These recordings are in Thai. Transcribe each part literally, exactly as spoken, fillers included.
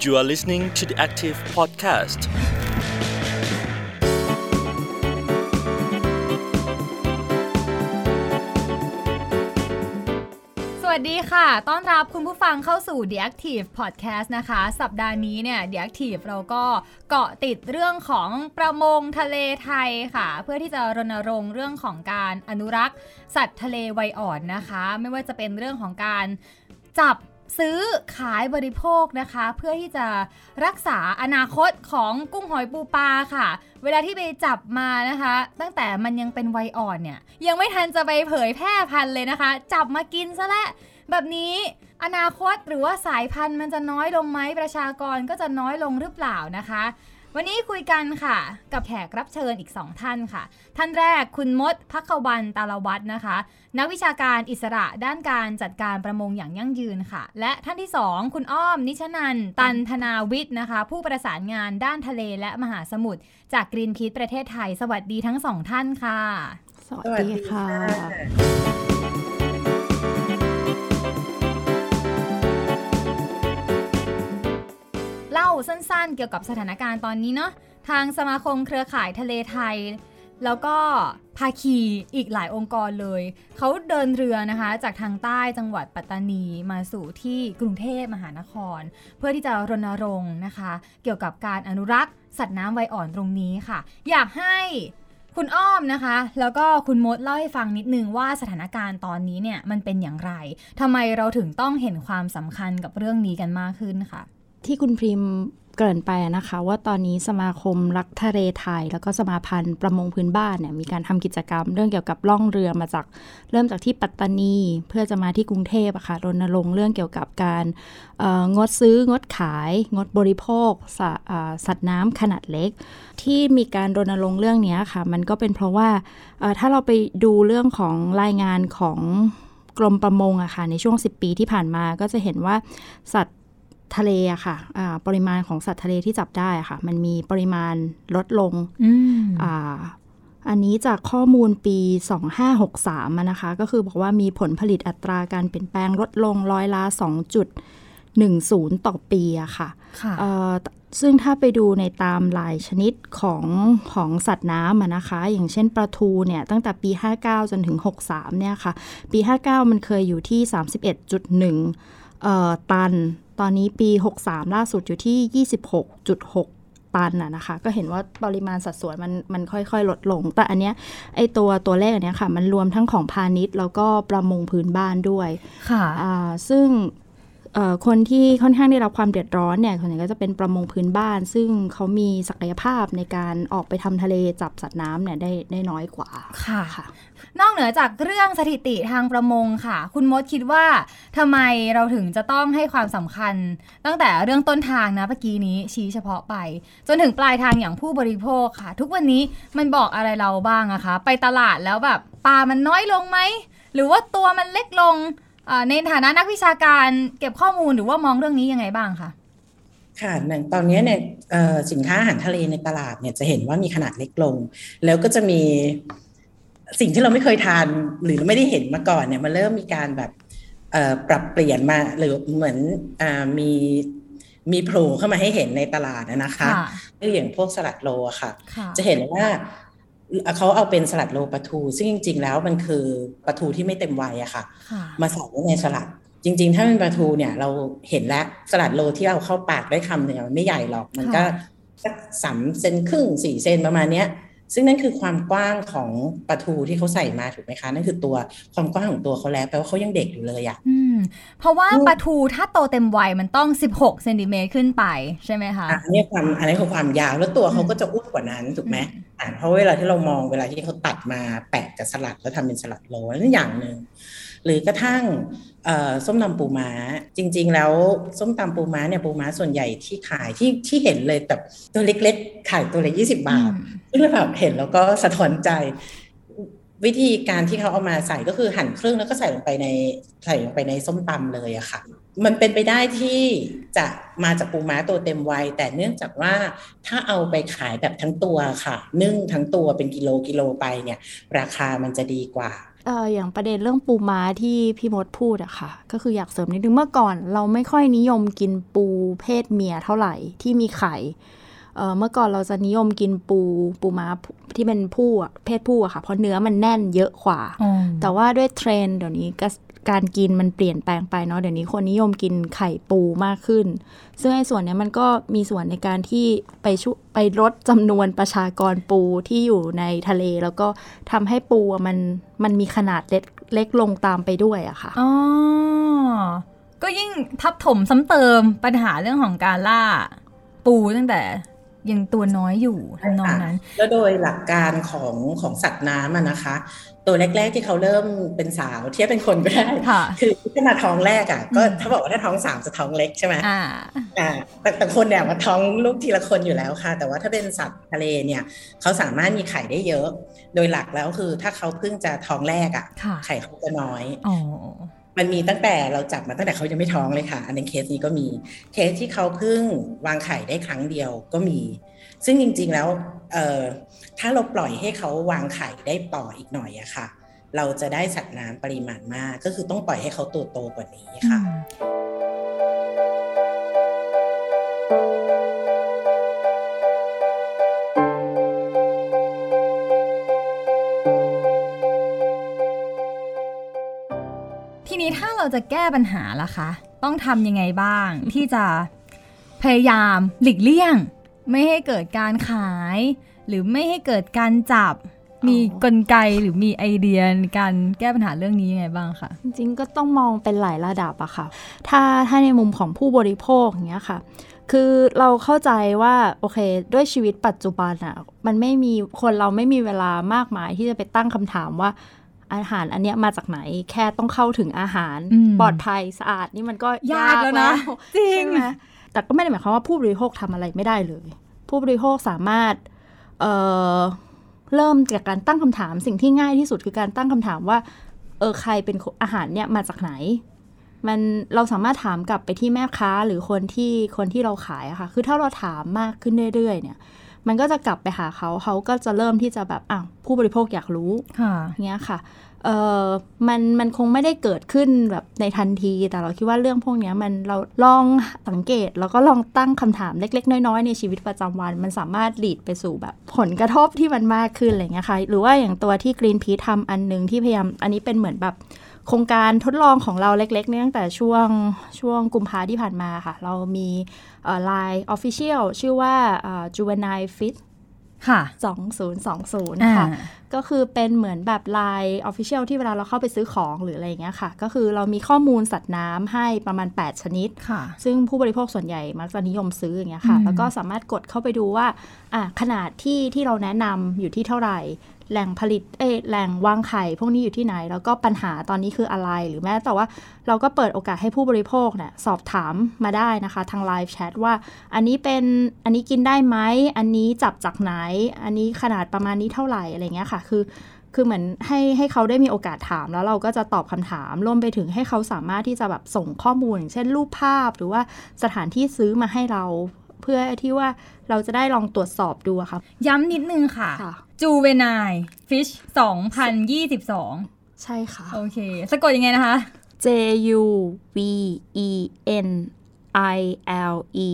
You are listening to the Active Podcast. สวัสดีค่ะต้อนรับคุณผู้ฟังเข้าสู่ The Active Podcast นะคะสัปดาห์นี้เนี่ย The Active เราก็เกาะติดเรื่องของประมงทะเลไทยค่ะเพื่อที่จะรณรงค์เรื่องของการอนุรักษ์สัตว์ทะเลวัยอ่อนนะคะไม่ว่าจะเป็นเรื่องของการจับซื้อขายบริโภคนะคะเพื่อที่จะรักษาอนาคตของกุ้งหอยปูปลาค่ะเวลาที่ไปจับมานะคะตั้งแต่มันยังเป็นวัยอ่อนเนี่ยยังไม่ทันจะไปเผยแพร่พันธุ์เลยนะคะจับมากินซะแล้วแบบนี้อนาคตหรือว่าสายพันธุ์มันจะน้อยลงไหมประชากรก็จะน้อยลงหรือเปล่านะคะวันนี้คุยกันค่ะกับแขกรับเชิญอีกสองท่านค่ะท่านแรกคุณมดภัควรรณตาลวัฒน์นะคะนักวิชาการอิสระด้านการจัดการประมงอย่างยั่งยืนค่ะและท่านที่สองคุณอ้อมนิชนันท์ตันธนาวิทย์นะคะผู้ประสานงานด้านทะเลและมหาสมุทรจาก Greenpeace ประเทศไทยสวัสดีทั้งสองท่านค่ะสวัสดีค่ะเล่าสั้นๆเกี่ยวกับสถานการณ์ตอนนี้เนาะทางสมาคมเครือข่ายทะเลไทยแล้วก็ภาคีอีกหลายองค์กรเลยเขาเดินเรือนะคะจากทางใต้จังหวัดปัตตานีมาสู่ที่กรุงเทพมหานครเพื่อที่จะรณรงค์นะคะเกี่ยวกับการอนุรักษ์สัตว์น้ำวัยอ่อนตรงนี้ค่ะอยากให้คุณอ้อมนะคะแล้วก็คุณมดเล่าให้ฟังนิดนึงว่าสถานการณ์ตอนนี้เนี่ยมันเป็นอย่างไรทำไมเราถึงต้องเห็นความสำคัญกับเรื่องนี้กันมากขึ้นค่ะที่คุณพริมเกริ่นไปนะคะว่าตอนนี้สมาคมรักทะเลไทยแล้วก็สมาพันธ์ประมงพื้นบ้านเนี่ยมีการทำกิจกรรมเรื่องเกี่ยวกับล่องเรือมาจากเริ่มจากที่ปัตตานีเพื่อจะมาที่กรุงเทพอะค่ะรณรงค์เรื่องเกี่ยวกับการงดซื้องดขายงดบริโภคสสัตว์น้ำขนาดเล็กที่มีการรณรงค์เรื่องนี้ค่ะมันก็เป็นเพราะว่าถ้าเราไปดูเรื่องของรายงานของกรมประมงอะค่ะในช่วงสิบปีที่ผ่านมาก็จะเห็นว่าสัตว์ทะเลอะค่ะปริมาณของสัตว์ทะเลที่จับได้อะค่ะมันมีปริมาณลดลง อ, อันนี้จากข้อมูลปีสองพันห้าร้อยหกสิบสามนะคะก็คือบอกว่ามีผลผลิตอัตราการเปลี่ยนแปลงลดลงร้อยละ สองจุดหนึ่งศูนย์ ต่อปีอะค่ะซึ่งถ้าไปดูในตามหลายชนิดของของสัตว์น้ำนะคะอย่างเช่นปลาทูเนี่ยตั้งแต่ปีห้าสิบเก้าจนถึงหกสิบสามเนี่ยค่ะปีห้าสิบเก้ามันเคยอยู่ที่ สามสิบเอ็ดจุดหนึ่ง เอ่อตันตอนนี้ปีหกสิบสามล่าสุดอยู่ที่ ยี่สิบหกจุดหก ตันน่ะนะคะก็เห็นว่าปริมาณสัดส่วนมันมันค่อยๆลดลงแต่อันเนี้ยไอตัวตัวเลขอันเนี้ยค่ะมันรวมทั้งของพาณิชย์แล้วก็ประมงพื้นบ้านด้วยค่ะอ่าซึ่งคนที่ค่อนข้างได้รับความเดือดร้อนเนี่ยส่วนใหญ่ก็จะเป็นประมงพื้นบ้านซึ่งเขามีศักยภาพในการออกไปทำทะเลจับสัตว์น้ำเนี่ยได้ได้น้อยกว่าค่ะค่ะนอกเหนือจากเรื่องสถิติทางประมงค่ะคุณมดคิดว่าทำไมเราถึงจะต้องให้ความสำคัญตั้งแต่เรื่องต้นทางนะเมื่อกี้นี้ชี้เฉพาะไปจนถึงปลายทางอย่างผู้บริโภคค่ะทุกวันนี้มันบอกอะไรเราบ้างอะคะไปตลาดแล้วแบบปลามันน้อยลงไหมหรือว่าตัวมันเล็กลงในฐานะนักวิชาการเก็บข้อมูลหรือว่ามองเรื่องนี้ยังไงบ้างคะค่ะตอนนี้เนี่ยสินค้าอาหารทะเลในตลาดเนี่ยจะเห็นว่ามีขนาดเล็กลงแล้วก็จะมีสิ่งที่เราไม่เคยทานหรือไม่ได้เห็นมาก่อนเนี่ยมันเริ่มมีการแบบปรับเปลี่ยนมาหรือเหมือนมีมีโผล่เข้ามาให้เห็นในตลาดนะคะก็อย่างพวกสลัดโลอะค่ะจะเห็นว่าเขาเอาเป็นสลัดโลปลาทูซึ่งจริงๆแล้วมันคือปลาทูที่ไม่เต็มวัยอะค่ะมาใส่ไว้ในสลัดจริงๆถ้าเป็นปลาทูเนี่ยเราเห็นแล้วสลัดโลที่เราเข้าปากได้คำหนึ่งมันไม่ใหญ่หรอกมันก็สักสามเซนครึ่งสี่เซนประมาณเนี้ยซึ่งนั่นคือความกว้างของปลาทูที่เขาใส่มาถูกไหมคะนั่นคือตัวความกว้างของตัวเขาแล้วแปลว่าเขายังเด็กอยู่เลยอะอืมเพราะว่าปลาทูถ้าโตเต็มวัยมันต้องสิบหกเซนติเมตรขึ้นไปใช่ไหมคะอันนี้ความอันนี้คือความยาวแล้วตัวเขาก็จะอ้วนกว่านั้นถูกไหมอ่าเพราะเวลาที่เรามองเวลาที่เขาตัดมาแปะกับสลัดแล้วทำเป็นสลัดโลนั่นอย่างหนึ่งหรือกระทั่งส้มตำปูม้าจริงๆแล้วส้มตำปูม้าเนี่ยปูม้าส่วนใหญ่ที่ขายที่ที่เห็นเลยแบบตัวเล็กๆขายตัวละยี่สิบบาทซึ่งเราแบบเห็นแล้วก็สะท้อนใจวิธีการที่เขาเอามาใส่ก็คือหั่นครึ่งแล้วก็ใส่ลงไปในใส่ลงไปในส้มตำเลยอะค่ะมันเป็นไปได้ที่จะมาจากปูม้าตัวเต็มวัยแต่เนื่องจากว่าถ้าเอาไปขายแบบทั้งตัวค่ะนึ่งทั้งตัวเป็นกิโลกิโลไปเนี่ยราคามันจะดีกว่าเอ่ออย่างประเด็นเรื่องปูม้าที่พี่มดพูดอะค่ะก็คืออยากเสริมนิดนึงเมื่อก่อนเราไม่ค่อยนิยมกินปูเพศเมียเท่าไหร่ที่มีไข่เอ่อเมื่อก่อนเราจะนิยมกินปูปูม้าที่เป็นผู้อะเพศผู้อะค่ะเพราะเนื้อมันแน่นเยอะกว่าแต่ว่าด้วยเทรนด์เดี๋ยวนี้การกินมันเปลี่ยนแปลงไปเนาะเดี๋ยวนี้คนนิยมกินไข่ปูมากขึ้นซึ่งไอ้ส่วนนี้มันก็มีส่วนในการที่ไปช่วยไปลดจำนวนประชากรปูที่อยู่ในทะเลแล้วก็ทำให้ปูมันมันมีขนาดเล็กเล็กลงตามไปด้วยอะค่ะอ๋อก็ยิ่งทับถมซ้ำเติมปัญหาเรื่องของการล่าปูตั้งแต่ยังตัวน้อยอยู่ทำนองนั้นแล้วโดยหลักการของของสัตว์น้ำนะคะตัวแรกๆที่เขาเริ่มเป็นสาวเทียบเป็นคนก็ได้คือขนาดท้องแรกอ่ะก็ถ้าบอกว่าถ้าท้องสามจะท้องเล็กใช่ไหมอ่าอ่าแต่แต่คนเนี่ยมาท้องลูกทีละคนอยู่แล้วค่ะแต่ว่าถ้าเป็นสัตว์ทะเลเนี่ยเขาสามารถมีไข่ได้เยอะโดยหลักแล้วคือถ้าเขาเพิ่งจะท้องแรกอ่ะไข่เขาจะน้อยอ๋อมันมีตั้งแต่เราจับมาตั้งแต่เขายังไม่ท้องเลยค่ะอันนี้เคสนี้ก็มีเคสที่เขาเพิ่งวางไข่ได้ครั้งเดียวก็มีซึ่งจริงๆแล้วเอ่อถ้าเราปล่อยให้เขาวางไข่ได้ต่ออีกหน่อยอะค่ะเราจะได้สัตว์น้ำปริมาณมากก็คือต้องปล่อยให้เขาโตโตกว่านี้ค่ะทีนี้ถ้าเราจะแก้ปัญหาล่ะคะต้องทำยังไงบ้างที่จะพยายามหลีกเลี่ยงไม่ให้เกิดการขายหรือไม่ให้เกิดการจับมีกลไกหรือมีไอเดียในการแก้ปัญหาเรื่องนี้ยังไงบ้างคะจริงๆก็ต้องมองเป็นหลายระดับอะค่ะถ้าถ้าในมุมของผู้บริโภคอย่างเงี้ยค่ะคือเราเข้าใจว่าโอเคด้วยชีวิตปัจจุบันอะมันไม่มีคนเราไม่มีเวลามากมายที่จะไปตั้งคำถามว่าอาหารอันเนี้ยมาจากไหนแค่ต้องเข้าถึงอาหารปลอดภัยสะอาดนี่มันก็ยากแล้วนะจริงไหมแต่ก็ไม่ได้หมายความว่าผู้บริโภคทำอะไรไม่ได้เลยผู้บริโภคสามารถเอ่อเริ่มจากการตั้งคำถามสิ่งที่ง่ายที่สุดคือการตั้งคำถามว่าเออใครเป็นอาหารเนี่ยมาจากไหนมันเราสามารถถามกลับไปที่แม่ค้าหรือคนที่คนที่เราขายอะค่ะคือถ้าเราถามมากขึ้นเรื่อยๆเนี่ยมันก็จะกลับไปหาเขาเขาก็จะเริ่มที่จะแบบอ้าวผู้บริโภคอยากรู้เงี้ยค่ะเออมันมันคงไม่ได้เกิดขึ้นแบบในทันทีแต่เราคิดว่าเรื่องพวกนี้มันเราลองสังเกตแล้วก็ลองตั้งคำถามเล็กๆน้อยๆในชีวิตประจำวันมันสามารถหลีดไปสู่แบบผลกระทบที่มันมากขึ้นอะไรเงี้ยค่ะหรือว่าอย่างตัวที่ Greenpeace ทำอันนึงที่พยายามอันนี้เป็นเหมือนแบบโครงการทดลองของเราเล็กๆเนี่ยตั้งแต่ช่วงช่วงกุมภาที่ผ่านมาค่ะเรามีเอ่อ ไลน์ Official ชื่อว่าเอ่อ Juvenile Fitค่ะสองพันยี่สิบค่ะก็คือเป็นเหมือนแบบ ไลน์ Official ที่เวลาเราเข้าไปซื้อของหรืออะไรอย่างเงี้ยค่ะก็คือเรามีข้อมูลสัตว์น้ำให้ประมาณแปดชนิดซึ่งผู้บริโภคส่วนใหญ่มักจะนิยมซื้ออย่างเงี้ยค่ะแล้วก็สามารถกดเข้าไปดูว่าอ่ะขนาดที่ที่เราแนะนำอยู่ที่เท่าไหร่แหล่งผลิตเอ้แหล่งวางไข่พวกนี้อยู่ที่ไหนแล้วก็ปัญหาตอนนี้คืออะไรหรือแม้แต่ว่าเราก็เปิดโอกาสให้ผู้บริโภคเนี่ยสอบถามมาได้นะคะทางไลฟ์แชทว่าอันนี้เป็นอันนี้กินได้ไหมอันนี้จับจากไหนอันนี้ขนาดประมาณนี้เท่าไหร่อะไรเงี้ยค่ะคือคือเหมือนให้ให้เขาได้มีโอกาสถามแล้วเราก็จะตอบคำถามรวมไปถึงให้เขาสามารถที่จะแบบส่งข้อมูลอย่างเช่นรูปภาพหรือว่าสถานที่ซื้อมาให้เราเพื่อที่ว่าเราจะได้ลองตรวจสอบดูค่ะย้ำนิดนึงค่ะ Juvenile Fish สองพันยี่สิบสองใช่ค่ะโอเคสะกดยังไงนะคะ J U V E N I L E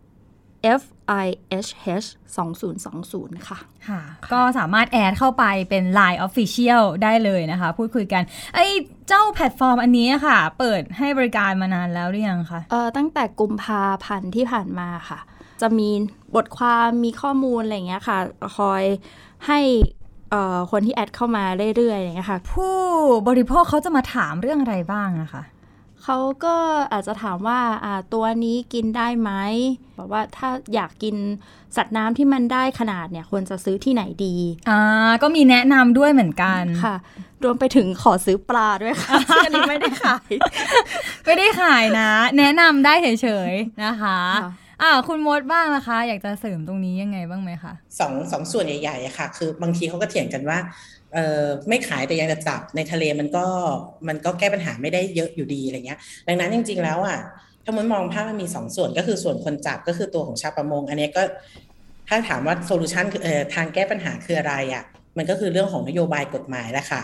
F I H H สองพันยี่สิบค่ะค่ะก็สามารถแอดเข้าไปเป็น ไลน์ Official ได้เลยนะคะพูดคุยกันไอ้เจ้าแพลตฟอร์มอันนี้ค่ะเปิดให้บริการมานานแล้วหรือยังคะเอ่อตั้งแต่กุมภาพันธ์ที่ผ่านมาค่ะจะมีบทความมีข้อมูลอะไรอย่างเงี้ยค่ะคอยให้เอ่อคนที่แอดเข้ามาเรื่อยๆอย่างเงี้ยค่ะผู้บริโภคเขาจะมาถามเรื่องอะไรบ้างอะคะเขาก็อาจจะถามว่าอ่าตัวนี้กินได้ไหมบอกว่าถ้าอยากกินสัตว์น้ำที่มันได้ขนาดเนี่ยควรจะซื้อที่ไหนดีอ่าก็มีแนะนำด้วยเหมือนกันค่ะรวมไปถึงขอซื้อปลาด้วยค่ะอันนี้ไม่ได้ขายไม่ได้ขายนะแนะนำได้เฉยๆนะคะอ่าคุณมดบ้างนะคะอยากจะเสริมตรงนี้ยังไงบ้างไหมคะสองสองส่วนใหญ่ๆอะค่ะคือบางทีเขาก็เถียงกันว่าเอ่อไม่ขายแต่ยังจะจับในทะเลมันก็มันก็แก้ปัญหาไม่ได้เยอะอยู่ดีอะไรเงี้ยดังนั้นจริงๆแล้วอ่ะถ้ามันมองภาพมันมีสองส่วนก็คือส่วนคนจับก็คือตัวของชาวประมงอันนี้ก็ถ้าถามว่าโซลูชันคือเอ่อทางแก้ปัญหาคืออะไรอ่ะมันก็คือเรื่องของนโยบายกฎหมายแหละค่ะ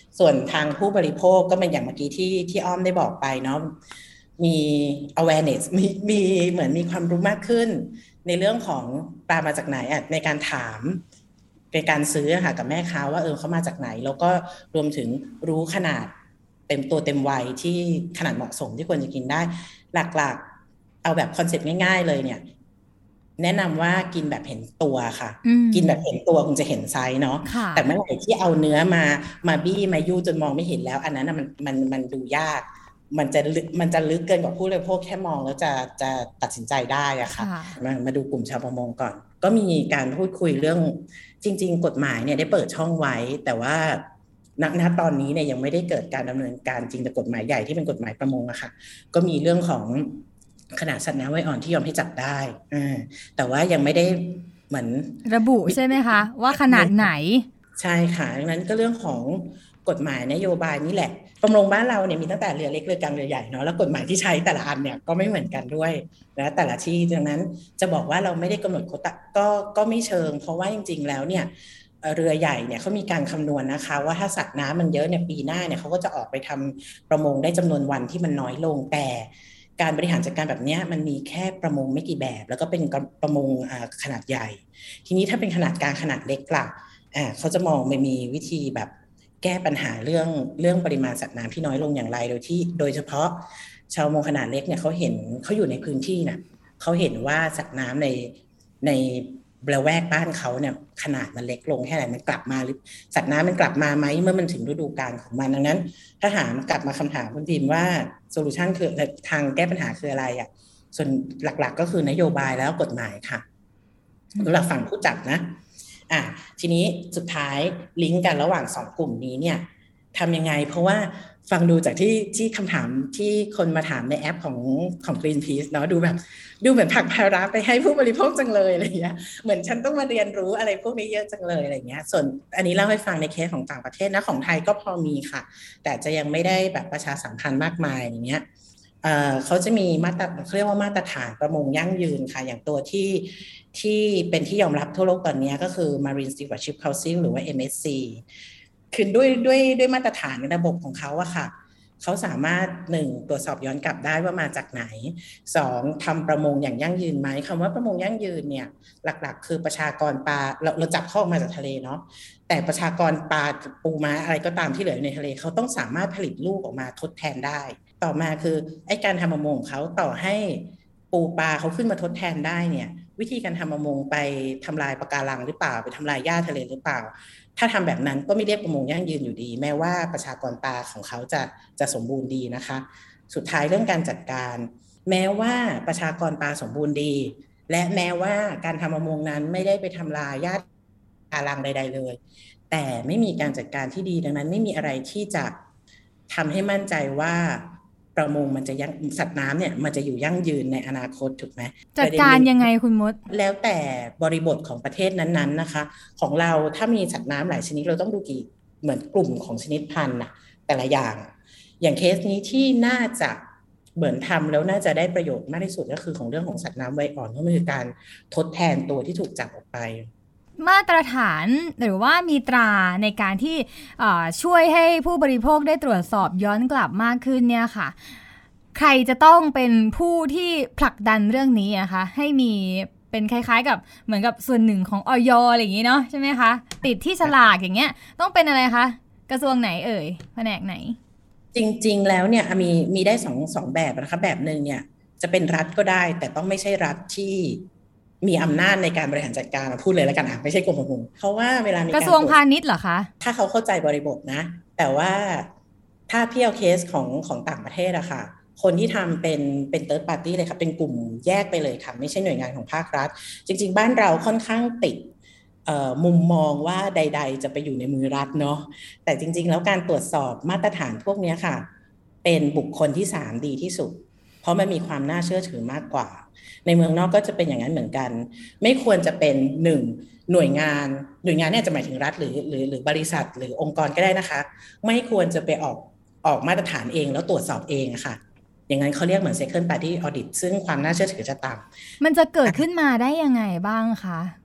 ส่วนทางผู้บริโภคก็เป็นอย่างเมื่อกี้ที่ที่อ้อมได้บอกไปเนาะมี awareness มีมีเหมือนมีความรู้มากขึ้นในเรื่องของปลามาจากไหนอ่ะในการถามในการซื้อค่ะกับแม่ค้าว่าเออเขามาจากไหนแล้วก็รวมถึงรู้ขนาดเต็มตัวเต็มวัยที่ขนาดเหมาะสมที่ควรจะกินได้หลักๆเอาแบบคอนเซ็ปต์ง่ายๆเลยเนี่ยแนะนำว่ากินแบบเห็นตัวค่ะกินแบบเห็นตัวคงจะเห็นไซส์เนาะแต่เมื่อไหร่ที่เอาเนื้อมามาบี้มายู่จนมองไม่เห็นแล้วอันนั้นมันมันมันดูยากมันจะมันจะลึกเกินกว่าผู้บริโภคแค่มองแล้วจะจะตัดสินใจได้อะค่ะมามาดูกลุ่มชาวประมงก่อนก็มีการพูดคุยเรื่องจริงๆกฎหมายเนี่ยได้เปิดช่องไว้แต่ว่าณณตอนนี้เนี่ยยังไม่ได้เกิดการดำเนินการจริงแต่กฎหมายใหญ่ที่เป็นกฎหมายประมงอะค่ะก็มีเรื่องของขนาดสัตว์น้ำไว้อ่อนที่ยอมให้จับได้แต่ว่ายังไม่ได้เหมือนระบุใช่ไหมคะว่าขนาดไหนใช่ค่ะดังนั้นก็เรื่องของกฎหมายนโยบายนี่แหละประมงบ้านเราเนี่ยมีตั้งแต่เรือเล็กเรือกลางเรือใหญ่เนาะแล้วกฎหมายที่ใช้แต่ละอันเนี่ยก็ไม่เหมือนกันด้วยนะแต่ละที่ดังนั้นจะบอกว่าเราไม่ได้กำหนดโควตาก็ก็ไม่เชิงเพราะว่าจริงๆแล้วเนี่ยเรือใหญ่เนี่ยเขามีการคำนวณนะคะว่าถ้าสัตว์น้ำมันเยอะเนี่ยปีหน้าเนี่ยเขาก็จะออกไปทำประมงได้จำนวนวันที่มันน้อยลงแต่การบริหารจัดการแบบนี้มันมีแค่ประมงไม่กี่แบบแล้วก็เป็นประมงขนาดใหญ่ทีนี้ถ้าเป็นขนาดกลางขนาดเล็กล่ะอ่าเขาจะมองไม่มีวิธีแบบแก้ปัญหาเรื่องเรื่องปริมาณสัตว์น้ำที่น้อยลงอย่างไรโดยที่โดยเฉพาะชาวประมงขนาดเล็กเนี่ยเขาเห็นเขาอยู่ในพื้นที่น่ะเขาเห็นว่าสัตว์น้ำในในละแวกบ้านเขาเนี่ยขนาดมันเล็กลงแค่ไหนมันกลับมาหรือสัตว์น้ำมันกลับมาไหมเมื่อมันถึงฤดูกาลของมันดังนั้นถ้าถามกลับมาคำถามคุณดิมว่าโซลูชันคือทางแก้ปัญหาคืออะไรอ่ะส่วนหลักๆก็คือนโยบายแล้วกฎหมายค่ะสำหรับฝั่งผู้จัดนะอ่ะทีนี้สุดท้ายลิงก์กันระหว่างสองกลุ่มนี้เนี่ยทำยังไงเพราะว่าฟังดูจากที่ที่คำถามที่คนมาถามในแอปของของ Greenpeace เนาะดูแบบดูเหมือนผลักภาระไปให้ผู้บริโภคจังเลยอะไรเงี้ยเหมือนฉันต้องมาเรียนรู้อะไรพวกนี้เยอะจังเลยอะไรเงี้ยส่วนอันนี้เล่าให้ฟังในเคสของต่างประเทศนะของไทยก็พอมีค่ะแต่จะยังไม่ได้แบบประชาสัมพันธ์มากมายอย่างเงี้ยเอ่อเขาจะมีมาตรเขาเรียกว่ามาตรฐานประมงยั่งยืนค่ะอย่างตัวที่ที่เป็นที่ยอมรับทั่วโลกตอนนี้ก็คือ Marine Stewardship Council หรือว่า เอ็ม เอส ซี คือด้วยด้วยด้วยมาตรฐานในระบบของเขาอะค่ะเขาสามารถหนึ่งตรวจสอบย้อนกลับได้ว่ามาจากไหนสองทำประมงอย่างยั่งยืนไหมคำว่าประมงยั่งยืนเนี่ยหลักๆคือประชากรปลาเราเราจับเข้ามาจากทะเลเนาะแต่ประชากรปลาปูม้าอะไรก็ตามที่เหลือในทะเลเขาต้องสามารถผลิตลูกออกมาทดแทนได้ต่อมาคือไอ้การทำประมงของเขาต่อให้ปูปลาเขาขึ้นมาทดแทนได้เนี่ยวิธีการทำประมงไปทำลายปะการังหรือเปล่าไปทำลายหญ้าทะเลหรือเปล่าถ้าทำแบบนั้นก็ไม่เรียกประมงยั่งยืนอยู่ดีแม้ว่าประชากรปลาของเขาจะจะสมบูรณ์ดีนะคะสุดท้ายเรื่องการจัดการแม้ว่าประชากรปลาสมบูรณ์ดีและแม้ว่าการทำประมงนั้นไม่ได้ไปทำลายหญ้าปะการังใดๆเลยแต่ไม่มีการจัดการที่ดีดังนั้นไม่มีอะไรที่จะทำให้มั่นใจว่าประมงมันจะยั่งสัตว์น้ำเนี่ยมันจะอยู่ยั่งยืนในอนาคตถูกไหมจัดการยังไงคุณมดแล้วแต่บริบทของประเทศนั้นๆนะคะของเราถ้ามีสัตว์น้ำหลายชนิดเราต้องดูกี่เหมือนกลุ่มของชนิดพันธุ์นะแต่ละอย่างอย่างเคสนี้ที่น่าจะเหมือนทำแล้วน่าจะได้ประโยชน์มากที่สุดก็คือของเรื่องของสัตว์น้ำวัยอ่อนก็คือการทดแทนตัวที่ถูกจับออกไปมาตรฐานหรือว่ามีตราในการที่ช่วยให้ผู้บริโภคได้ตรวจสอบย้อนกลับมากขึ้นเนี่ยค่ะใครจะต้องเป็นผู้ที่ผลักดันเรื่องนี้อะคะให้มีเป็นคล้ายๆกับเหมือนกับส่วนหนึ่งของอย.อะไรอย่างนี้เนาะใช่ไหมคะติดที่ฉลากอย่างเงี้ยต้องเป็นอะไรคะกระทรวงไหนเอ่ยแผนกไหนจริงๆแล้วเนี่ยมีมีได้สองสองแบบนะคะแบบนึงเนี่ยจะเป็นรัฐก็ได้แต่ต้องไม่ใช่รัฐที่มีอำนาจในการบริหารจัดการพูดเลยแล้วกันอ่ะไม่ใช่กรมประมงเพราะว่าเวลามีกระทรวงพาณิชย์เหรอคะถ้าเขาเข้าใจบริบทนะแต่ว่าถ้าพี่เอาเคสของของต่างประเทศอะค่ะคนที่ทำเป็นเป็นเติร์ดปาร์ตี้เลยค่ะเป็นกลุ่มแยกไปเลยค่ะไม่ใช่หน่วยงานของภาครัฐจริงๆบ้านเราค่อนข้างติดมุมมองว่าใดๆจะไปอยู่ในมือรัฐเนาะแต่จริงๆแล้วการตรวจสอบมาตรฐานพวกนี้ค่ะเป็นบุคคลที่สามดีที่สุดเพราะมันมีความน่าเชื่อถือมากกว่าในเมืองนอกก็จะเป็นอย่างนั้นเหมือนกันไม่ควรจะเป็นหนึ่งหน่วยงานหน่วยงานเนี่ยจะหมายถึงรัฐหรือหรือหรือบริษัทหรือองค์กรก็ได้นะคะไม่ควรจะไปออกออกมาตรฐานเองแล้วตรวจสอบเองค่ะอย่างนั้นเขาเรียกเหมือน second party audit ซึ่งความน่าเชื่อถือจะต่ำมันจะเกิดขึ้นมาได้ยังไงบ้างคะ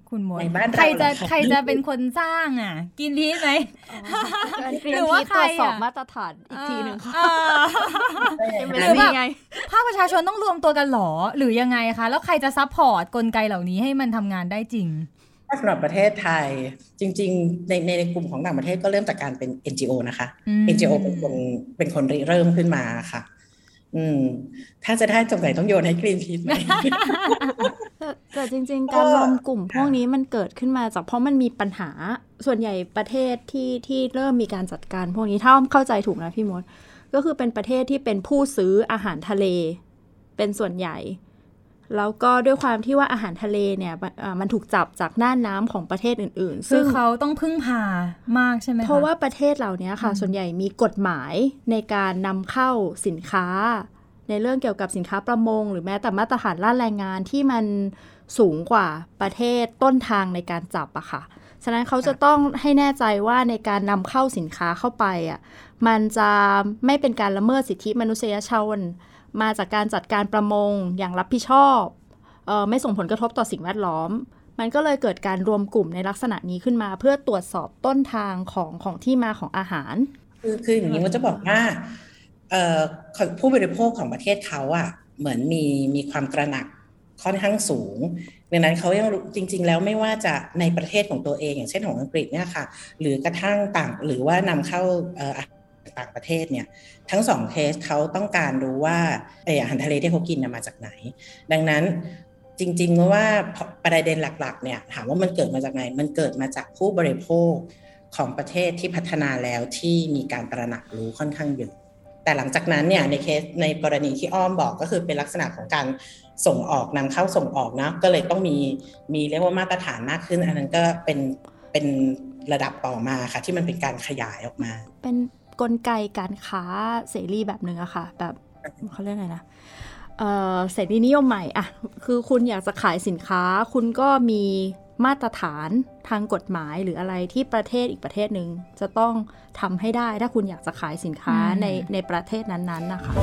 คุณมดในบ้านเราใครจะเหรอคะใครจะเป็นคนสร้างอ่ะกินพีชไหมหรือว่าใครตรวจสอบมาตรฐานอีกทีหนึ่งค่ะหรือแบบภาคประชาชนต้องรวมตัวกันหรอหรือยังไงคะแล้วใครจะซัพพอร์ตกลไกเหล่านี้ให้มันทำงานได้จริงสำหรับประเทศไทยจริงๆในในในกลุ่มของต่างประเทศก็เริ่มจากการเป็น เอ็น จี โอ นะคะ เอ็น จี โอ เป็นคนเป็นคนริเริ่มขึ้นมาค่ะอืมถ้าจะได้สงสัยต้องโยนให้ Greenpeace ไหมแต่จริงๆการรวมกลุ่มพวกนี้มันเกิดขึ้นมาจากเพราะมันมีปัญหาส่วนใหญ่ประเทศที่ที่เริ่มมีการจัดการพวกนี้ถ้าเข้าใจถูกนะพี่มดก็คือเป็นประเทศที่เป็นผู้ซื้ออาหารทะเลเป็นส่วนใหญ่แล้วก็ด้วยความที่ว่าอาหารทะเลเนี่ยมันถูกจับจากน่านน้ำของประเทศอื่นๆซึ่งเขาต้องพึ่งพามากใช่ไหมคะเพราะว่าประเทศเหล่านี้ค่ะส่วนใหญ่มีกฎหมายในการนำเข้าสินค้าในเรื่องเกี่ยวกับสินค้าประมงหรือแม้แต่มาตรฐานด้านแรงงานที่มันสูงกว่าประเทศต้นทางในการจับอะค่ะฉะนั้นเขาจะต้องให้แน่ใจว่าในการนำเข้าสินค้าเข้าไปอะมันจะไม่เป็นการละเมิดสิทธิมนุษยชนมาจากการจัดการประมงอย่างรับผิดชอบเอ่อไม่ส่งผลกระทบต่อสิ่งแวดล้อมมันก็เลยเกิดการรวมกลุ่มในลักษณะนี้ขึ้นมาเพื่อตรวจสอบต้นทางของของที่มาของอาหารคือคืออย่างนี้ว่าจะบอกว่าผู้บริโภคของประเทศเขาอ่ะเหมือนมีมีความตระหนักค่อนข้างสูงดังนั้นเขายังจริงๆแล้วไม่ว่าจะในประเทศของตัวเองอย่างเช่นของอังกฤษเนี่ยค่ะหรือกระทั่งต่างหรือว่านำเข้าต่างประเทศเนี่ยทั้งสองเคสเขาต้องการรู้ว่าอาหารทะเลที่เขากินมาจากไหนดังนั้นจริงๆว่าประเด็นหลักๆเนี่ยถามว่ามันเกิดมาจากไหนมันเกิดมาจากผู้บริโภคของประเทศที่พัฒนาแล้วที่มีการตระหนักรู้ค่อนข้างเยอะแต่หลังจากนั้นเนี่ยในเคสในกรณีที่อ้อมบอกก็คือเป็นลักษณะของการส่งออกนำเข้าส่งออกนะก็เลยต้องมีมีเรียกว่ามาตรฐานมากขึ้นอันนั้นก็เป็นเป็นระดับต่อมาค่ะที่มันเป็นการขยายออกมาเป็นกลไกการค้าเสรีแบบนึงอะค่ะแบบเขาเรียกไงนะเอ่อเสรีนิยมใหม่อะคือคุณอยากจะขายสินค้าคุณก็มีมาตรฐานทางกฎหมายหรืออะไรที่ประเทศอีกประเทศนึงจะต้องทำให้ได้ถ้าคุณอยากจะขายสินค้าในในประเทศนั้นๆนะคะ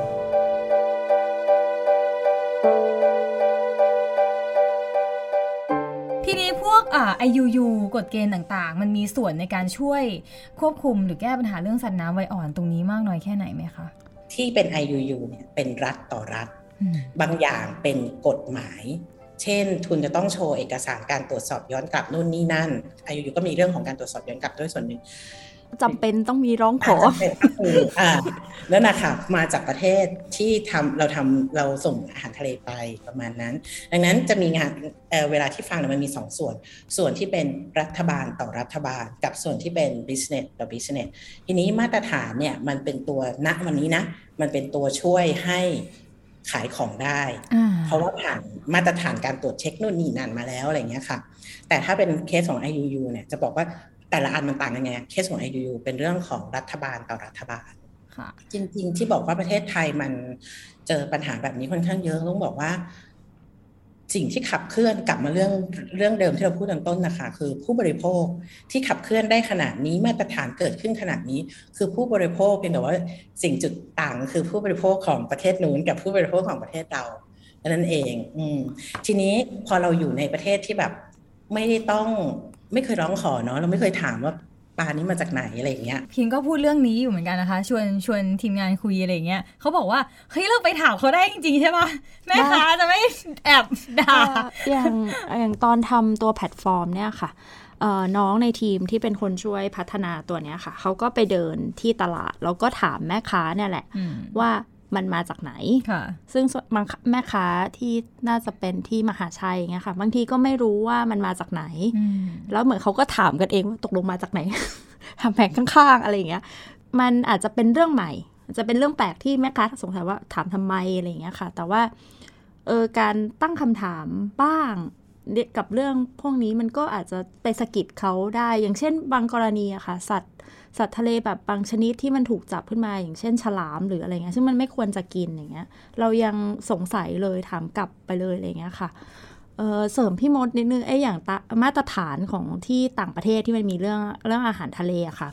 ทีนี้พวกอ่า ไอ ยู ยู กฎเกณฑ์ต่างๆมันมีส่วนในการช่วยควบคุมหรือแก้ปัญหาเรื่องสัตว์น้ำไวอ่อนตรงนี้มากน้อยแค่ไหนไหมคะที่เป็น ไอ ยู ยู เนี่ยเป็นรัฐต่อรัฐบางอย่างเป็นกฎหมายเช่นทุนจะต้องโชว์เอกสารการตรวจสอบย้อนกลับนู่นนี่นั่น ไอ ยู ยู ก็มีเรื่องของการตรวจสอบย้อนกลับด้วยส่วนหนึ่งจำเป็นต้องมีร้องขออ่าแล้วนะคะมาจากประเทศที่ทำเราทำเราส่งอาหารทะเลไปประมาณนั้นดังนั้นจะมีงาน เ, เวลาที่ฟังเนี่ยมันมีสองส่วนส่วนที่เป็นรัฐบาลต่อรัฐบาลกับส่วนที่เป็น business ต่อ business ทีนี้มาตรฐานเนี่ยมันเป็นตัวณวันนี้นะมันเป็นตัวช่วยให้ขายของได้เพราะว่าผ่านมาตรฐานการตรวจเช็คนู่นนี่นั่นมาแล้วอะไรเงี้ยค่ะแต่ถ้าเป็นเคสของ ไอ ยู ยู เนี่ยจะบอกว่าแต่ละอันมันต่างกันไงเคสของ ไอ ยู ยู เป็นเรื่องของรัฐบาลต่อรัฐบาลจริงๆที่บอกว่าประเทศไทยมันเจอปัญหาแบบนี้ค่อนข้างเยอะต้องบอกว่าสิ่งที่ขับเคลื่อนกลับมาเรื่องเรื่องเดิมที่เราพูดตอนต้นนะคะคือผู้บริโภคที่ขับเคลื่อนได้ขนาดนี้มาตรฐานเกิดขึ้นขนาดนี้คือผู้บริโภคเพียงแต่ว่าสิ่งจุดต่างคือผู้บริโภคของประเทศนู้นกับผู้บริโภคของประเทศเรานั่นเองอืมทีนี้พอเราอยู่ในประเทศที่แบบไม่ได้ต้องไม่เคยร้องขอเนาะเราไม่เคยถามว่าปลานี้มาจากไหนอะไรอย่างเงี้ยพิงก็พูดเรื่องนี้อยู่เหมือนกันนะคะชวนชวนทีมงานคุยอะไรอย่างเงี้ยเขาบอกว่าเฮ้ยเราไปถามเขาได้จริงๆใช่ปะแม่ค้าจะไม่แอบด่าอย่างอย่างตอนทำตัวแพลตฟอร์มเนี่ยค่ะน้องในทีมที่เป็นคนช่วยพัฒนาตัวเนี้ยค่ะเขาก็ไปเดินที่ตลาดแล้วก็ถามแม่ค้าเนี่ยแหละว่ามันมาจากไหนซึ่งแม่ค้าที่น่าจะเป็นที่มหาชัยเงี้ยค่ะบางทีก็ไม่รู้ว่ามันมาจากไหนแล้วเหมือนเขาก็ถามกันเองว่าตกลงมาจากไหน ทำแผงข้างๆอะไรอย่างเงี้ยมันอาจจะเป็นเรื่องใหม่จะเป็นเรื่องแปลกที่แม่ค้าสงสัยว่าถามทำไมอะไรอย่างเงี้ยค่ะแต่ว่าเออการตั้งคำถามบ้างกับเรื่องพวกนี้มันก็อาจจะไปสะกิดเขาได้อย่างเช่นบางกรณีอะค่ะสัตว์สัตว์ทะเลแบบบางชนิดที่มันถูกจับขึ้นมาอย่างเช่นฉลามหรืออะไรเงี้ยซึ่งมันไม่ควรจะกินอย่างเงี้ยเรายังสงสัยเลยถามกลับไปเลยอะไรเงี้ยค่ะ เอ่อเสริมพี่มดนิดนึงไอ้อย่างมาตรฐานของที่ต่างประเทศที่มันมีเรื่องเรื่องอาหารทะเลอะค่ะ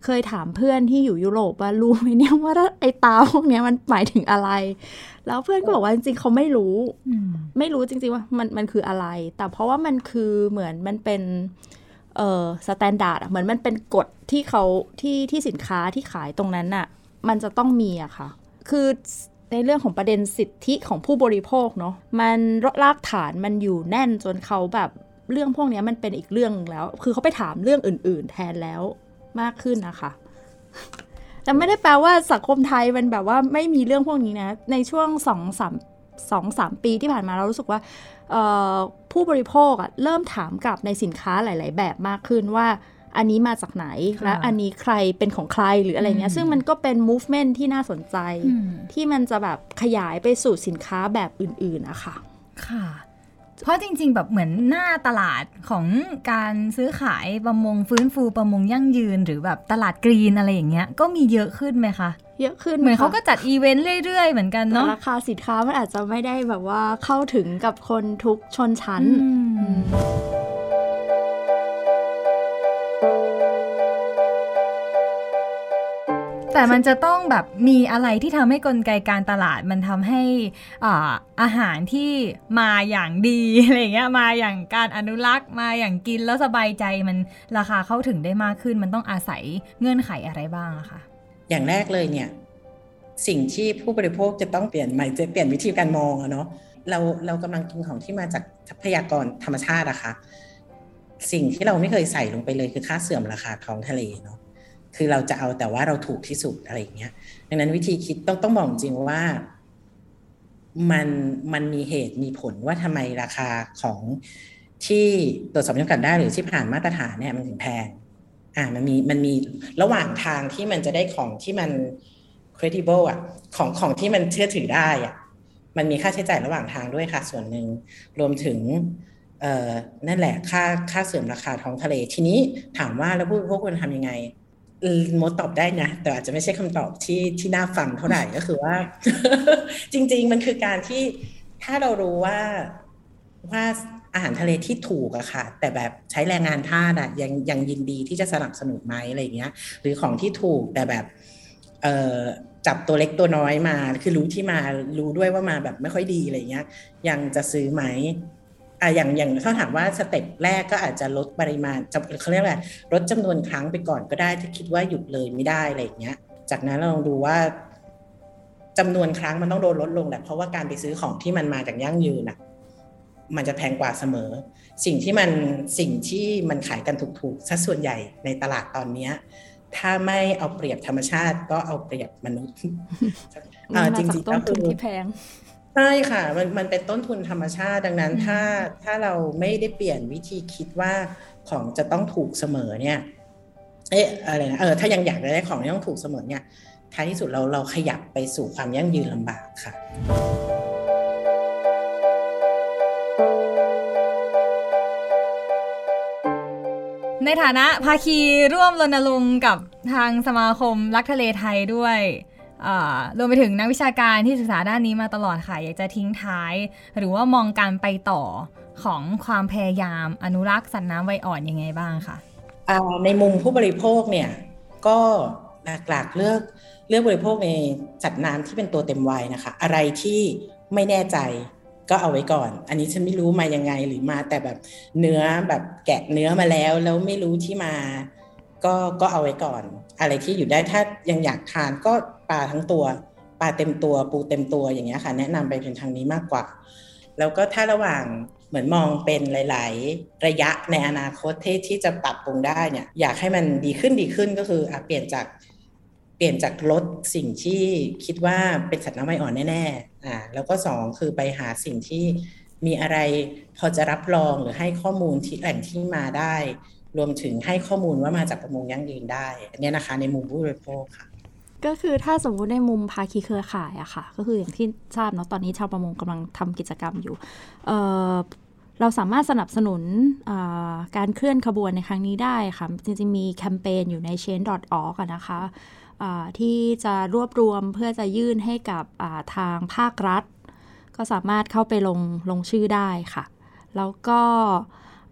เคยถามเพื่อนที่อยู่ยุโรปว่ารู้ไหมเนี่ยว่าไอ้ตาพวกนี้มันหมายถึงอะไรแล้วเพื่อนก็บอกว่าจริงๆเขาไม่รู้ไม่รู้จริงๆว่ามันมันคืออะไรแต่เพราะว่ามันคือเหมือนมันเป็นเอ่อสแตนดาร์ดเหมือนมันเป็นกฎที่เขาที่ที่สินค้าที่ขายตรงนั้นน่ะมันจะต้องมีอะค่ะคือในเรื่องของประเด็นสิทธิของผู้บริโภคเนาะมันรากฐานมันอยู่แน่นจนเขาแบบเรื่องพวกนี้มันเป็นอีกเรื่องแล้วคือเขาไปถามเรื่องอื่นๆแทนแล้วมากขึ้นนะคะแต่ไม่ได้แปลว่าสังคมไทยมันแบบว่าไม่มีเรื่องพวกนี้นะในช่วงสองสามสองสามปีที่ผ่านมาเรารู้สึกว่าผู้บริโภคอะเริ่มถามกลับในสินค้าหลายๆแบบมากขึ้นว่าอันนี้มาจากไหนและอันนี้ใครเป็นของใครหรืออะไรเงี้ยซึ่งมันก็เป็น movement ที่น่าสนใจที่มันจะแบบขยายไปสู่สินค้าแบบอื่นๆนะคะค่ะเพราะจริงๆแบบเหมือนหน้าตลาดของการซื้อขายประมงฟื้นฟูประมงยั่งยืนหรือแบบตลาดกรีนอะไรอย่างเงี้ยก็มีเยอะขึ้นไหมคะเยอะขึ้นเหมือนเขาก็จัดอีเวนต์เรื่อยๆเหมือนกันเนาะราคาสินค้ามันอาจจะไม่ได้แบบว่าเข้าถึงกับคนทุกชนชั้นแต่มันจะต้องแบบมีอะไรที่ทำให้กลไกการตลาดมันทำให้อ่าอาหารที่มาอย่างดีอะไรเงี้ยมาอย่างการอนุรักษ์มาอย่างกินแล้วสบายใจมันราคาเข้าถึงได้มากขึ้นมันต้องอาศัยเงื่อนไขอะไรบ้างอะคะอย่างแรกเลยเนี่ยสิ่งที่ผู้บริโภคจะต้องเปลี่ยนใหม่จะเปลี่ยนวิธีการมองอะเนาะเราเรากำลังกินของที่มาจากทรัพยากรธรรมชาติอะค่ะสิ่งที่เราไม่เคยใส่ลงไปเลยคือค่าเสื่อมราคาท้องทะเลเนาะคือเราจะเอาแต่ว่าเราถูกที่สุดอะไรอย่างเงี้ยดังนั้นวิธีคิดต้องต้องบอกจริงว่ามันมันมีเหตุมีผลว่าทำไมราคาของที่ตรวจสอบจำกัดได้หรือที่ผ่านมาตรฐานเนี่ยมันถึงแพงอ่ามันมีมันมีระหว่างทางที่มันจะได้ของที่มัน credible อ่ะของของที่มันเชื่อถือได้อ่ะมันมีค่าใช้จ่ายระหว่างทางด้วยค่ะส่วนหนึ่งรวมถึงเอ่อนั่นแหละค่าค่าเสื่อมราคาท้องทะเลทีนี้ถามว่าแล้วผู้บริโภคควรทำยังไงมดตอบได้นะแต่อาจจะไม่ใช่คำตอบที่ที่น่าฟังเท่าไหร่ก็คือว่า จริงๆมันคือการที่ถ้าเรารู้ว่าว่าอาหารทะเลที่ถูกอะค่ะแต่แบบใช้แรงงานทาสอะยังยังยินดีที่จะสนับสนุนไหมอะไรอย่างเงี้ยหรือของที่ถูกแต่แบบเอ่อจับตัวเล็กตัวน้อยมาคือรู้ที่มารู้ด้วยว่ามาแบบไม่ค่อยดีอะไรเงี้ยยังจะซื้อไหมอ่ะอย่างอย่างถ้าถามว่าสเต็ปแรกก็อาจจะลดปริมาณเขาเรียกอะไรลดจำนวนครั้งไปก่อนก็ได้ถ้าคิดว่าหยุดเลยไม่ได้อะไรอย่างเงี้ยจากนั้นเราลองดูว่าจำนวนครั้งมันต้องโดนลดลงแหละเพราะว่าการไปซื้อของที่มันมาจากยั่งยืนน่ะมันจะแพงกว่าเสมอสิ่งที่มันสิ่งที่มันขายกันถูกๆซะส่วนใหญ่ในตลาดตอนนี้ถ้าไม่เอาเปรียบธรรมชาติก็เอาเปรียบมนุษย์จริงๆต้นทุนที่แพงใช่ค่ะมันมันเป็นต้นทุนธรรมชาติดังนั้นถ้าถ้าเราไม่ได้เปลี่ยนวิธีคิดว่าของจะต้องถูกเสมอเนี่ยเอ๊ะอะไรนะเออถ้ายังอยากได้ของที่ต้องถูกเสมอเนี่ยท้ายที่สุดเราเราขยับไปสู่ความยั่งยืนลำบากค่ะในฐานะภาคีร่วมรณรงค์กับทางสมาคมรักทะเลไทยด้วยรวมไปถึงนักวิชาการที่ศึกษาด้านนี้มาตลอดค่ะอยากจะทิ้งท้ายหรือว่ามองการไปต่อของความพยายามอนุรักษ์สัตว์น้ำวัยอ่อนยังไงบ้างคะในมุมผู้บริโภคเนี่ยก็หลักๆเลือกเลือกบริโภคในสัตว์น้ำที่เป็นตัวเต็มวัยนะคะอะไรที่ไม่แน่ใจก็เอาไว้ก่อนอันนี้ฉันไม่รู้มายังไงหรือมาแต่แบบเนื้อแบบแกะเนื้อมาแล้วแล้วไม่รู้ที่มาก็ก็เอาไว้ก่อนอะไรที่อยู่ได้ถ้ายังอยากทานก็ปลาทั้งตัวปลาเต็มตัวปูเต็มตัวอย่างเงี้ยค่ะแนะนำไปเป็นทางนี้มากกว่าแล้วก็ถ้าระหว่างเหมือนมองเป็นหลายๆระยะในอนาคตที่ที่จะปรับปรุงได้เนี่ยอยากให้มันดีขึ้นดีขึ้นก็คืออ่ะเปลี่ยนจากเปลี่ยนจากลดสิ่งที่คิดว่าเป็นสัตว์น้ำวัยอ่อนแน่ๆอ่าแล้วก็สองคือไปหาสิ่งที่มีอะไรพอจะรับรองหรือให้ข้อมูลที่แหล่งที่มาได้รวมถึงให้ข้อมูลว่ามาจากประมงยั่งยืนได้อันนี้นะคะในมุมผู้บริโภคค่ะก็คือถ้าสมมุติในมุมภาคีเครือข่ายอะค่ะก็คืออย่างที่ทราบเนาะตอนนี้ชาวประมงกำลังทำกิจกรรมอยู่เอ่อเราสามารถสนับสนุนการเคลื่อนขบวนในครั้งนี้ได้ค่ะจริงๆมีแคมเปญอยู่ใน เชน ดอท ออร์ก นะคะที่จะรวบรวมเพื่อจะยื่นให้กับทางภาครัฐก็สามารถเข้าไปลงลงชื่อได้ค่ะแล้วก็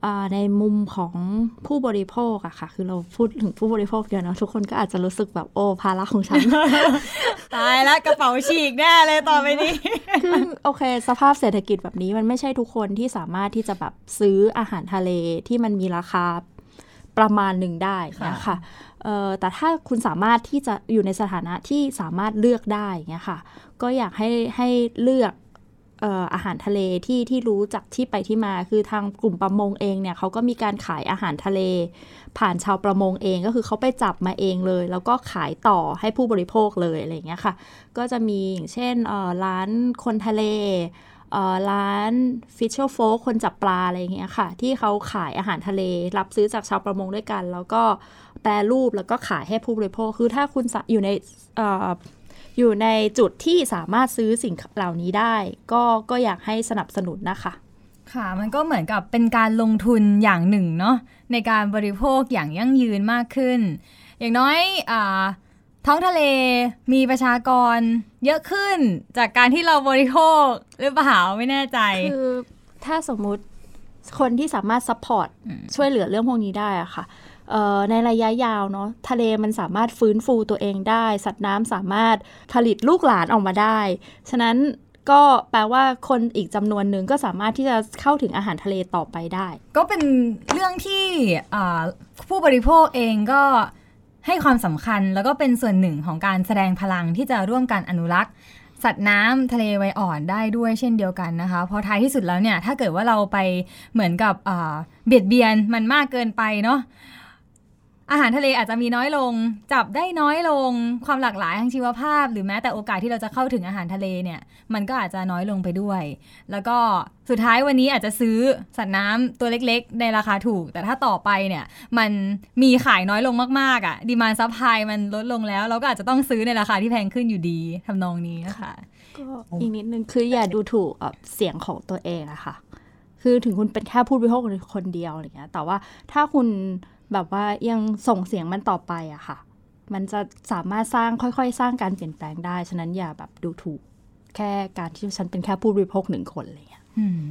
ในมุมของผู้บริโภคอะค่ะคือเราพูดถึงผู้บริโภคเยอะเนาะทุกคนก็อาจจะรู้สึกแบบโอ้ภาระของฉันตายแล้วกระเป๋าฉีกแน่เลยต่อไปนี้คือโอเคสภาพเศรษฐกิจแบบนี้มันไม่ใช่ทุกคนที่สามารถที่จะแบบซื้ออาหารทะเลที่มันมีราคาประมาณหนึ่งได้นะคะเอ่อแต่ถ้าคุณสามารถที่จะอยู่ในสถานะที่สามารถเลือกได้เงี้ยค่ะก็อยากให้ให้เลือกเอ่ออาหารทะเลที่ที่รู้จักที่ไปที่มาคือทางกลุ่มประมงเองเนี่ยเขาก็มีการขายอาหารทะเลผ่านชาวประมงเองก็คือเขาไปจับมาเองเลยแล้วก็ขายต่อให้ผู้บริโภคเลยอะไรอย่างเงี้ยค่ะก็จะมีอย่างเช่นเอ่อร้านคนทะเลร้าน Fisher Folk คนจับปลาอะไรอย่างเงี้ยค่ะที่เขาขายอาหารทะเลรับซื้อจากชาวประมงด้วยกันแล้วก็แปรรูปแล้วก็ขายให้ผู้บริโภคคือถ้าคุณอยู่ในเอ่ออยู่ในจุดที่สามารถซื้อสิ่งเหล่านี้ได้ก็ก็อยากให้สนับสนุนนะคะค่ะมันก็เหมือนกับเป็นการลงทุนอย่างหนึ่งเนาะในการบริโภคอย่างยั่งยืนมากขึ้นอย่างน้อยอ่าท้องทะเลมีประชากรเยอะขึ้นจากการที่เราบริโภคหรือเปล่าไม่แน่ใจคือถ้าสมมุติคนที่สามารถซัพพอร์ตช่วยเหลือเรื่องพวกนี้ได้อะค่ะในระยะยาวเนาะทะเลมันสามารถฟื้นฟูตัวเองได้สัตว์น้ำสามารถผลิตลูกหลานออกมาได้ฉะนั้นก็แปลว่าคนอีกจำนวนหนึ่งก็สามารถที่จะเข้าถึงอาหารทะเลต่อไปได้ก็เป็นเรื่องที่ผู้บริโภคเองก็ให้ความสำคัญแล้วก็เป็นส่วนหนึ่งของการแสดงพลังที่จะร่วมกันอนุรักษ์สัตว์น้ำทะเลไวอ่อนได้ด้วยเช่นเดียวกันนะคะเพราะท้ายที่สุดแล้วเนี่ยถ้าเกิดว่าเราไปเหมือนกับเบียดเบียนมันมากเกินไปเนาะอาหารทะเลอาจจะมีน้อยลงจับได้น้อยลงความหลากหลายทางชีวภาพหรือแม้แต่โอกาสที่เราจะเข้าถึงอาหารทะเลเนี่ยมันก็อาจจะน้อยลงไปด้วยแล้วก็สุดท้ายวันนี้อาจจะซื้อสัตว์น้ำตัวเล็กๆในราคาถูกแต่ถ้าต่อไปเนี่ยมันมีขายน้อยลงมากๆอ่ะดีมานด์ซัพพลายมันลดลงแล้วเราก็อาจจะต้องซื้อในราคาที่แพงขึ้นอยู่ดีทำนองนี้นะคะก็อีกนิดนึงคืออย่าดูถูกเสียงของตัวเองอะค่ะคือถึงคุณเป็นแค่ผู้บริโภคคนเดียวอะไรเงี้ยแต่ว่าถ้าคุณแบบว่ายังส่งเสียงมันต่อไปอะค่ะมันจะสามารถสร้างค่อยๆสร้างการเปลี่ยนแปลงได้ฉะนั้นอย่าแบบดูถูกแค่การที่ฉันเป็นแค่ผู้บริโภคหนึ่งคนอะไรเงี้ย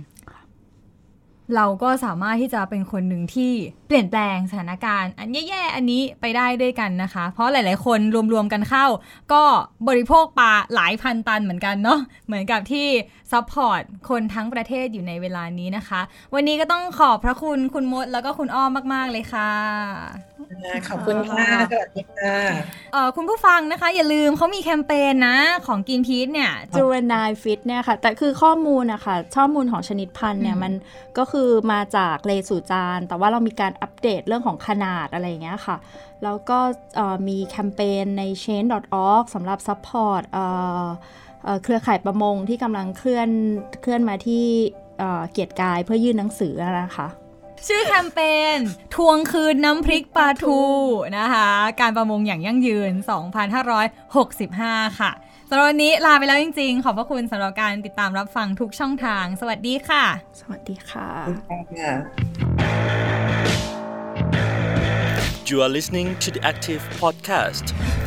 เราก็สามารถที่จะเป็นคนหนึ่งที่เปลี่ยนแปลงสถานการณ์อันแย่ๆอันนี้ไปได้ด้วยกันนะคะเพราะหลายๆคนรวมๆกันเข้าก็บริโภคปลาหลายพันตันเหมือนกันเนาะเหมือนกับที่ซัพพอร์ตคนทั้งประเทศอยู่ในเวลานี้นะคะวันนี้ก็ต้องขอบพระคุณคุณมดแล้วก็คุณอ้อมมากๆเลยค่ะขอบคุณค่ะสวัสดีค่ะเอ่อคุณผู้ฟังนะคะอย่าลืมเขามีแคมเปญนะของกินพีชเนี่ย Juvenile Fit เนี่ยค่ะแต่คือข้อมูลนะคะข้อมูลของชนิดพันธุ์เนี่ยมันก็คือมาจากเลสู่จานแต่ว่าเรามีการอัปเดตเรื่องของขนาดอะไรอย่างเงี้ยค่ะแล้วก็มีแคมเปญใน เชน ดอท ออร์ก สำหรับซัพพอร์ตเครือข่ายประมงที่กำลังเคลื่อนเคลื่อนมาที่เกียรติกายเพื่อยื่นหนังสือนะคะชื่อแคมเปญทวงคืนน้ำพริกปลาทูนะคะการประมงอย่างยั่งยืนสองพันห้าร้อยหกสิบห้าค่ะสำหรับวันนี้ลาไปแล้วจริงๆขอบพระคุณสำหรับการติดตามรับฟังทุกช่องทางสวัสดีค่ะสวัสดีค่ะ You are listening to the Active Podcast